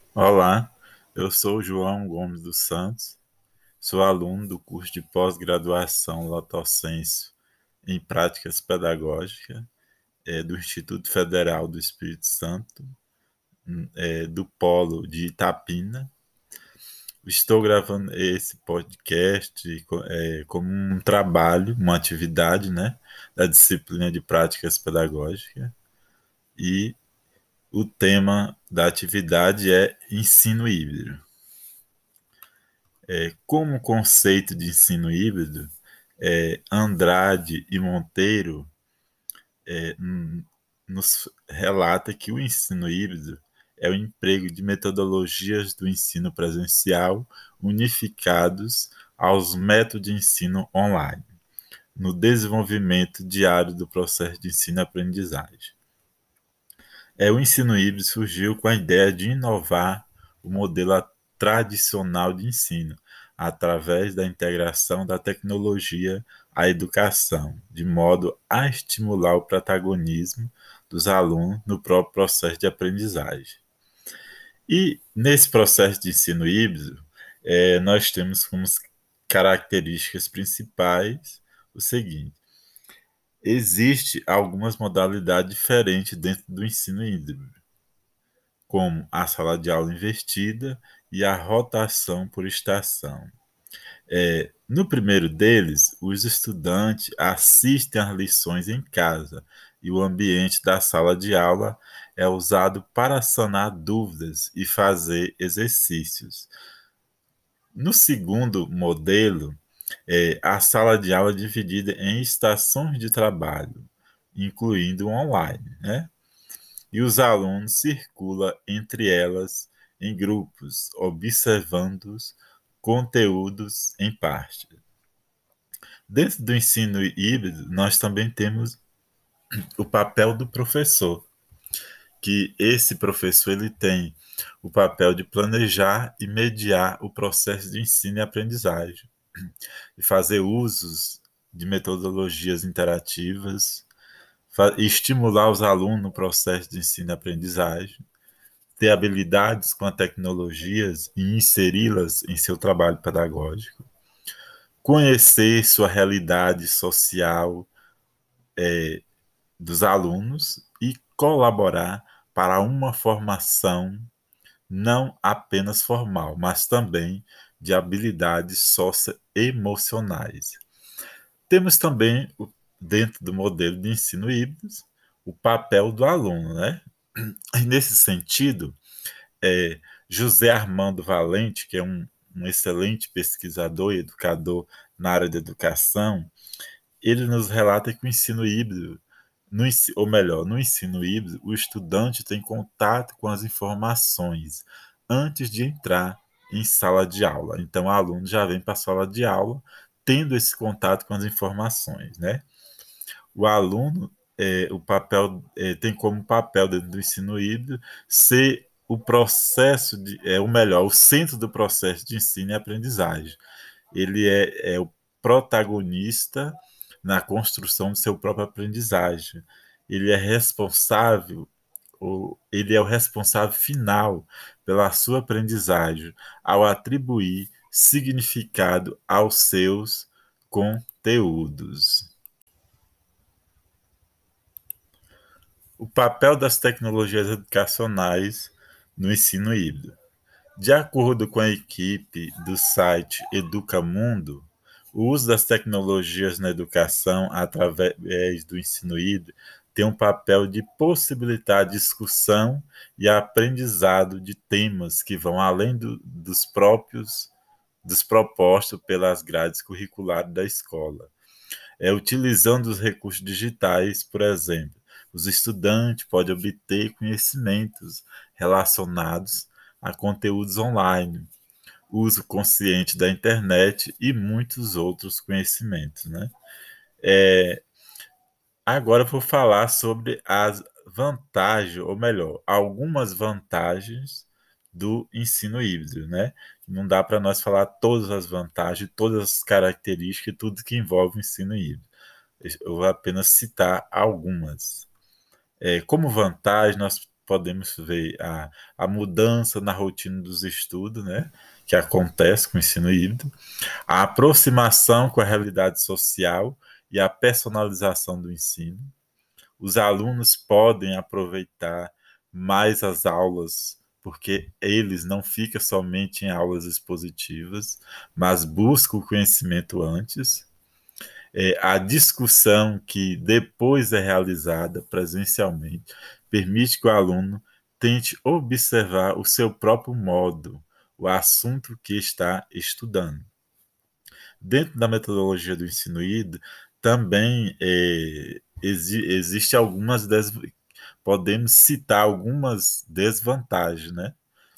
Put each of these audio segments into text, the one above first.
Olá, eu sou o João Gomes dos Santos, sou aluno do curso de pós-graduação Lotossenso em Práticas Pedagógicas do Instituto Federal do Espírito Santo, do Polo de Itapina. Estou gravando esse podcast como um trabalho, uma atividade, né, da disciplina de Práticas Pedagógicas, e o tema da atividade é ensino híbrido. Como conceito de ensino híbrido, Andrade e Monteiro nos relata que o ensino híbrido é o emprego de metodologias do ensino presencial unificados aos métodos de ensino online, no desenvolvimento diário do processo de ensino-aprendizagem. O ensino híbrido surgiu com a ideia de inovar o modelo tradicional de ensino, através da integração da tecnologia à educação, de modo a estimular o protagonismo dos alunos no próprio processo de aprendizagem. E nesse processo de ensino híbrido, nós temos como características principais o seguinte: existe algumas modalidades diferentes dentro do ensino híbrido, como a sala de aula invertida e a rotação por estação. No primeiro deles, os estudantes assistem às lições em casa e o ambiente da sala de aula é usado para sanar dúvidas e fazer exercícios. No segundo modelo, a sala de aula é dividida em estações de trabalho, incluindo o online, né? E os alunos circulam entre elas em grupos, observando os conteúdos em parte. Dentro do ensino híbrido, nós também temos o papel do professor, que esse professor ele tem o papel de planejar e mediar o processo de ensino e aprendizagem, e fazer usos de metodologias interativas, estimular os alunos no processo de ensino e aprendizagem, ter habilidades com as tecnologias e inseri-las em seu trabalho pedagógico, conhecer sua realidade social dos alunos e colaborar para uma formação não apenas formal, mas também de habilidades socioemocionais. Temos também, dentro do modelo de ensino híbrido, o papel do aluno, né? E nesse sentido, José Armando Valente, que é um excelente pesquisador e educador na área da educação, ele nos relata que o ensino híbrido, ou melhor, no ensino híbrido, o estudante tem contato com as informações antes de entrar em sala de aula. Então, o aluno já vem para a sala de aula tendo esse contato com as informações, né? O aluno, tem como papel dentro do ensino híbrido ser o processo ou melhor, o centro do processo de ensino e aprendizagem. Ele é o protagonista na construção de seu próprio aprendizagem. Ele é responsável, ele é o responsável final pela sua aprendizagem, ao atribuir significado aos seus conteúdos. O papel das tecnologias educacionais no ensino híbrido. De acordo com a equipe do site Educamundo, o uso das tecnologias na educação através do ensino híbrido tem um papel de possibilitar a discussão e aprendizado de temas que vão além dos propostos pelas grades curriculares da escola. Utilizando os recursos digitais, por exemplo, os estudantes podem obter conhecimentos relacionados a conteúdos online, uso consciente da internet e muitos outros conhecimentos, né? É, Agora eu vou falar sobre as vantagens, ou melhor, algumas vantagens do ensino híbrido, né? Não dá para nós falar todas as vantagens, todas as características, tudo que envolve o ensino híbrido. Eu vou apenas citar algumas. Como vantagem, nós podemos ver a mudança na rotina dos estudos, né, que acontece com o ensino híbrido, a aproximação com a realidade social e a personalização do ensino. Os alunos podem aproveitar mais as aulas, porque eles não ficam somente em aulas expositivas, mas buscam o conhecimento antes. A discussão que depois é realizada presencialmente permite que o aluno tente observar o seu próprio modo, o assunto que está estudando. Dentro da metodologia do ensino híbrido, também existe algumas podemos citar algumas desvantagens, né?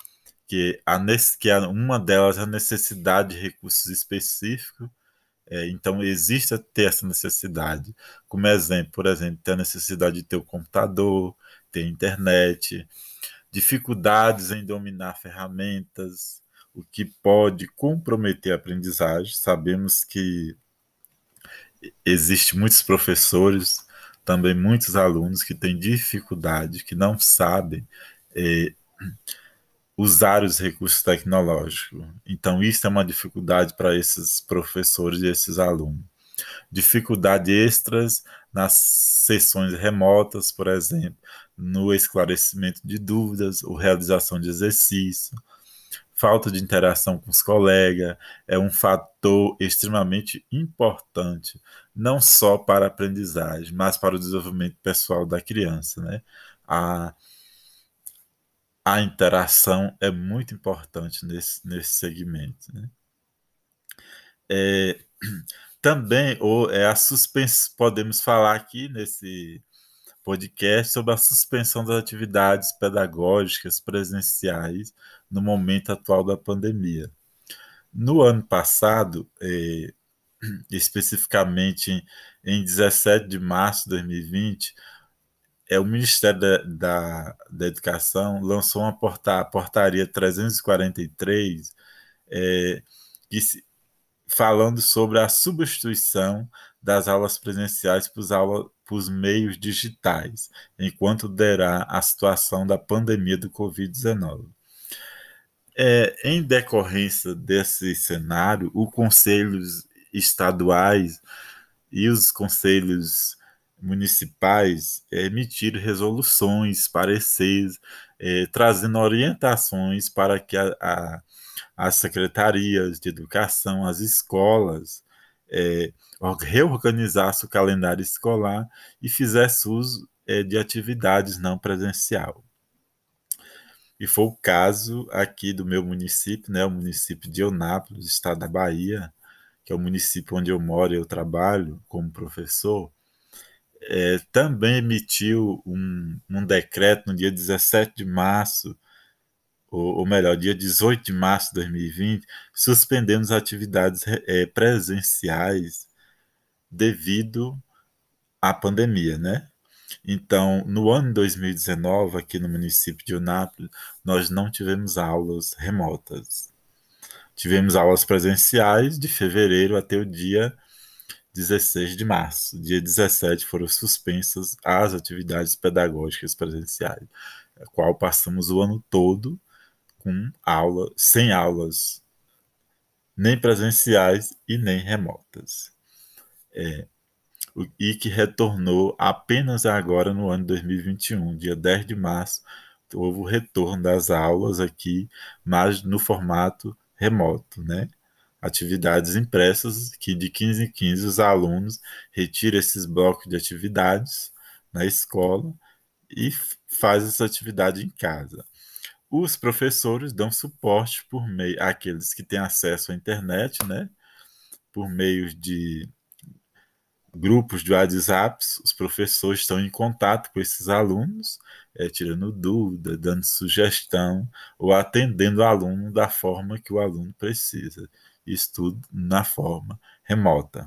Uma delas é a necessidade de recursos específicos. Então, existe ter essa necessidade. Como exemplo, por exemplo, ter a necessidade de ter o computador, ter internet, dificuldades em dominar ferramentas, o que pode comprometer a aprendizagem. Sabemos que existe muitos professores, também muitos alunos que têm dificuldade, que não sabem eh, usar os recursos tecnológicos. Então, isso é uma dificuldade para esses professores e esses alunos. Dificuldade extras nas sessões remotas, por exemplo, no esclarecimento de dúvidas ou realização de exercício. Falta de interação com os colegas é um fator extremamente importante, não só para a aprendizagem, mas para o desenvolvimento pessoal da criança, né? A, a interação é muito importante nesse segmento, né? É, também a suspensão, podemos falar aqui nesse podcast sobre a suspensão das atividades pedagógicas presenciais no momento atual da pandemia. No ano passado, especificamente em 17 de março de 2020, o Ministério da Educação lançou uma portaria 343, que falando sobre a substituição das aulas presenciais para os meios digitais, enquanto derá a situação da pandemia do Covid-19. Em decorrência desse cenário, os conselhos estaduais e os conselhos municipais emitiram resoluções, pareceres, trazendo orientações para que as secretarias de educação, as escolas, é, reorganizassem o calendário escolar e fizesse uso de atividades não presencial. E foi o caso aqui do meu município, né, o município de Eunápolis, estado da Bahia, que é o município onde eu moro e eu trabalho como professor. Também emitiu um decreto no dia 17 de março, ou melhor, dia 18 de março de 2020, suspendendo as atividades presenciais devido à pandemia, né? Então, no ano de 2019, aqui no município de Eunápolis, nós não tivemos aulas remotas. Tivemos aulas presenciais de fevereiro até o dia 16 de março. Dia 17 foram suspensas as atividades pedagógicas presenciais, a qual passamos o ano todo com sem aulas nem presenciais e nem remotas. E que retornou apenas agora no ano de 2021, dia 10 de março, houve o retorno das aulas aqui, mas no formato remoto, né? Atividades impressas, que de 15 em 15 os alunos retiram esses blocos de atividades na escola e faz essa atividade em casa. Os professores dão suporte por meio àqueles que têm acesso à internet, né? Por meio de grupos de WhatsApp, os professores estão em contato com esses alunos, tirando dúvida, dando sugestão ou atendendo o aluno da forma que o aluno precisa. Isso tudo na forma remota.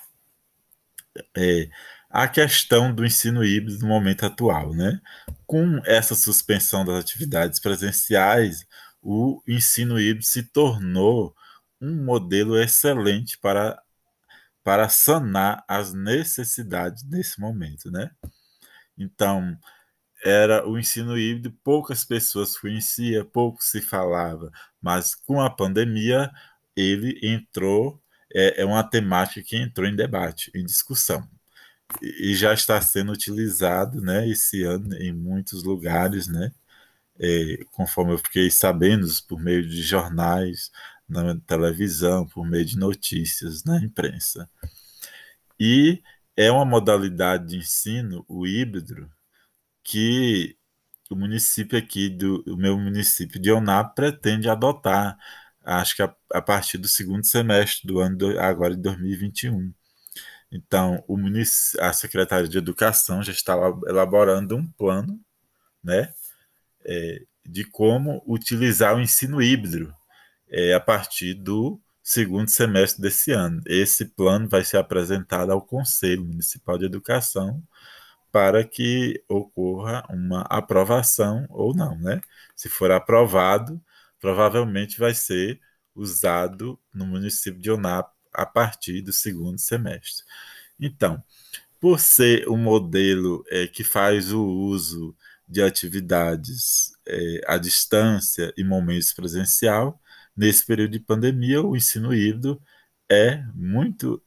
A questão do ensino híbrido no momento atual, né? Com essa suspensão das atividades presenciais, o ensino híbrido se tornou um modelo excelente para sanar as necessidades nesse momento, né? Então, era o ensino híbrido, poucas pessoas conheciam, pouco se falava, mas com a pandemia ele entrou, é uma temática que entrou em debate, em discussão, e já está sendo utilizado, né, esse ano em muitos lugares, né, conforme eu fiquei sabendo por meio de jornais, na televisão, por meio de notícias na imprensa. E é uma modalidade de ensino, o híbrido, que o município aqui, o meu município de Oná, pretende adotar, acho que a partir do segundo semestre do ano, agora de 2021. Então, a Secretaria de Educação já está elaborando um plano, né, de como utilizar o ensino híbrido a partir do segundo semestre desse ano. Esse plano vai ser apresentado ao Conselho Municipal de Educação para que ocorra uma aprovação ou não, né? Se for aprovado, provavelmente vai ser usado no município de Oná a partir do segundo semestre. Então, por ser um modelo que faz o uso de atividades à distância e momentos presencial, nesse período de pandemia, o ensino híbrido é muito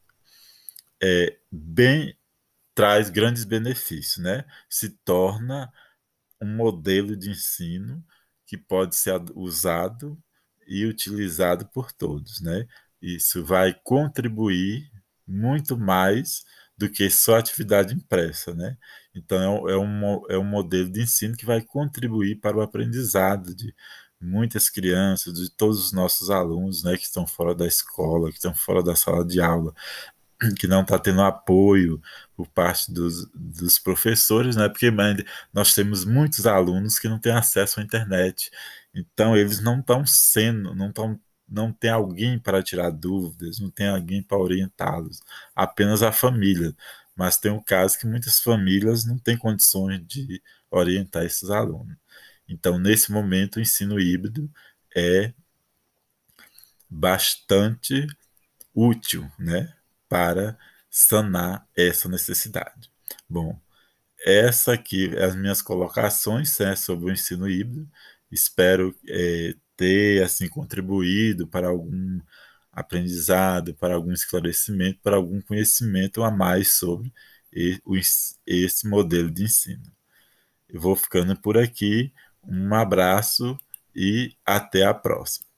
bem, traz grandes benefícios, né? Se torna um modelo de ensino que pode ser usado e utilizado por todos, né? Isso vai contribuir muito mais do que só atividade impressa, né? Então é um modelo de ensino que vai contribuir para o aprendizado de muitas crianças, de todos os nossos alunos, né, que estão fora da escola, que estão fora da sala de aula, que não está tendo apoio por parte dos professores, né? Porque nós temos muitos alunos que não têm acesso à internet, então eles não estão sendo, não tem alguém para tirar dúvidas, não tem alguém para orientá-los, apenas a família. Mas tem um caso que muitas famílias não têm condições de orientar esses alunos. Então, nesse momento, o ensino híbrido é bastante útil, né, para sanar essa necessidade. Bom, essa aqui é as minhas colocações, né, sobre o ensino híbrido. Espero ter assim contribuído para algum aprendizado, para algum esclarecimento, para algum conhecimento a mais sobre esse modelo de ensino. Eu vou ficando por aqui. Um abraço e até a próxima.